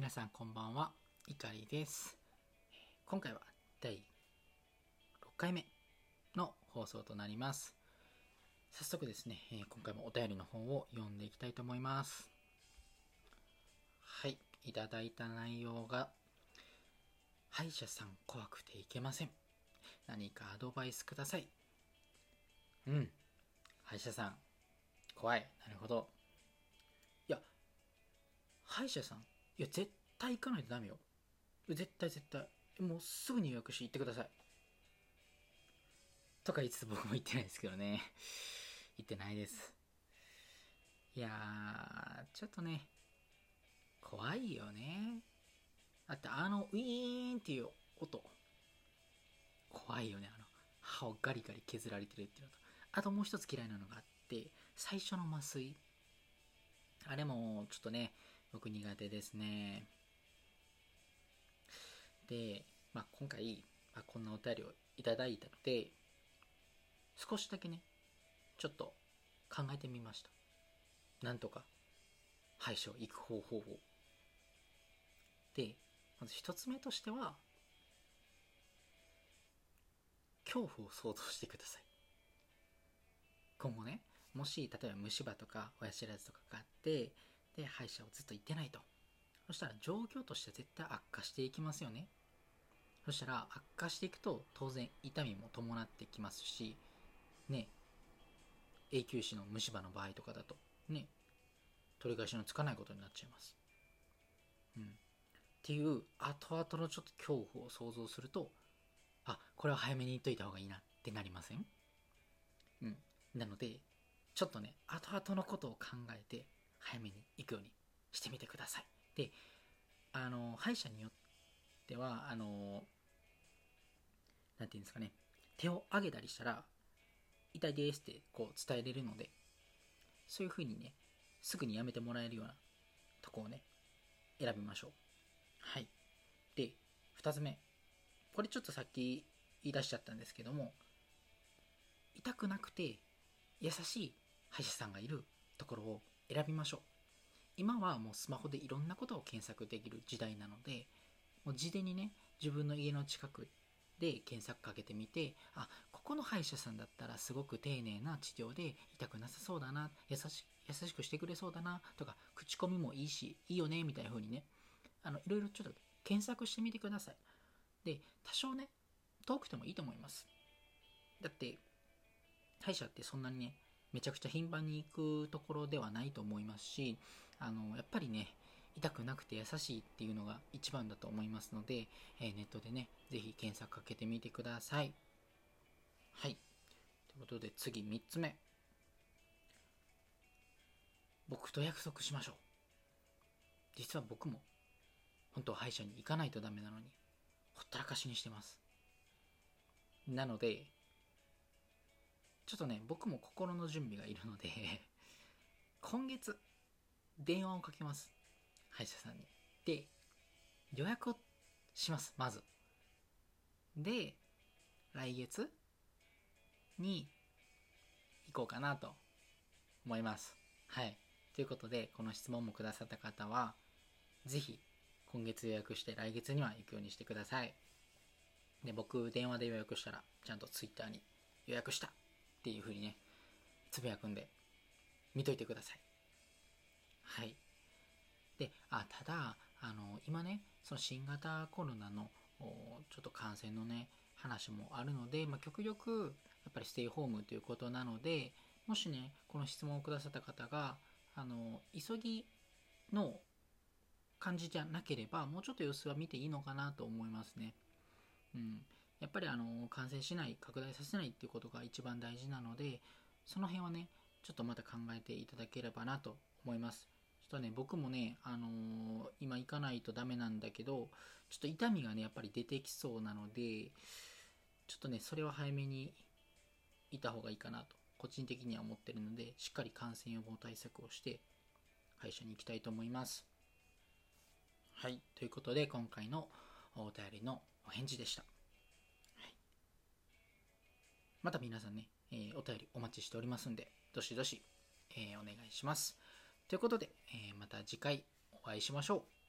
皆さんこんばんは、いかりです。今回は第6回目の放送となります。早速ですね、今回もお便りの方を読んでいきたいと思います。はい、いただいた内容が、歯医者さん怖くていけません。何かアドバイスください。歯医者さん怖い。なるほど。いや、歯医者さん、絶対行かないとダメよ。絶対絶対。もうすぐに予約して行ってください。とか言いつつ僕も行ってないですけどね。行ってないです。いやー、ちょっとね、怖いよね。だってウィーンっていう音、怖いよね。歯をガリガリ削られてるっていうのと。あともう一つ嫌いなのがあって、最初の麻酔。あれもちょっとね、僕苦手ですね。で、今回、こんなお便りをいただいたので、少しだけね、ちょっと考えてみました。なんとか歯医者を行く方法を。で、まず一つ目としては、恐怖を想像してください。今後ね、もし例えば虫歯とか親知らずとかがあって、で歯医者をずっと行ってないと、そしたら状況として絶対悪化していきますよね。そしたら悪化していくと当然痛みも伴ってきますしね、永久歯の虫歯の場合とかだとね、取り返しのつかないことになっちゃいます。っていう後々のちょっと恐怖を想像すると、これは早めに言っといた方がいいなってなりません？なのでちょっとね、後々のことを考えて早めに行くようにしてみてください。で、歯医者によってはなんていうんですかね、手を上げたりしたら痛いですってこう伝えれるので、そういう風にね、すぐにやめてもらえるようなとこをね、選びましょう。はい。で、2つ目、これちょっとさっき言い出しちゃったんですけども、痛くなくて優しい歯医者さんがいるところを選びましょう。今はもうスマホでいろんなことを検索できる時代なので、もう事前にね、自分の家の近くで検索かけてみて、ここの歯医者さんだったらすごく丁寧な治療で痛くなさそうだな、優しくしてくれそうだなとか、口コミもいいしいいよねみたいな風にね、いろいろちょっと検索してみてください。で、多少ね、遠くてもいいと思います。だって歯医者ってそんなにね、めちゃくちゃ頻繁に行くところではないと思いますし、やっぱりね、痛くなくて優しいっていうのが一番だと思いますので、ネットでね、ぜひ検索かけてみてください。はい。ということで次3つ目。僕と約束しましょう。実は僕も本当は歯医者に行かないとダメなのに、ほったらかしにしてます。なので、ちょっとね、僕も心の準備がいるので今月、電話をかけます。歯医者さんに。で、予約をします、まず。で、来月に行こうかなと思います。はい。ということで、この質問もくださった方は、ぜひ、今月予約して来月には行くようにしてください。で、僕、電話で予約したら、ちゃんと Twitter に予約したっていう風にね、つぶやくんで、見といてください。はい。で、ただ、今ね、その新型コロナのちょっと感染のね、話もあるので、極力、やっぱりステイホームということなので、もしね、この質問をくださった方が、急ぎの感じじゃなければ、もうちょっと様子は見ていいのかなと思いますね。やっぱり感染しない、拡大させないっていうことが一番大事なので、その辺はね、ちょっとまた考えていただければなと思います。ちょっとね、僕もね、今行かないとダメなんだけど、ちょっと痛みがね、やっぱり出てきそうなので、ちょっとね、それは早めにいた方がいいかなと、個人的には思ってるので、しっかり感染予防対策をして、会社に行きたいと思います。はい、ということで、今回のお便りのお返事でした。はい、また皆さんね、お便りお待ちしておりますんで、どしどし、お願いします。ということで、また次回お会いしましょう。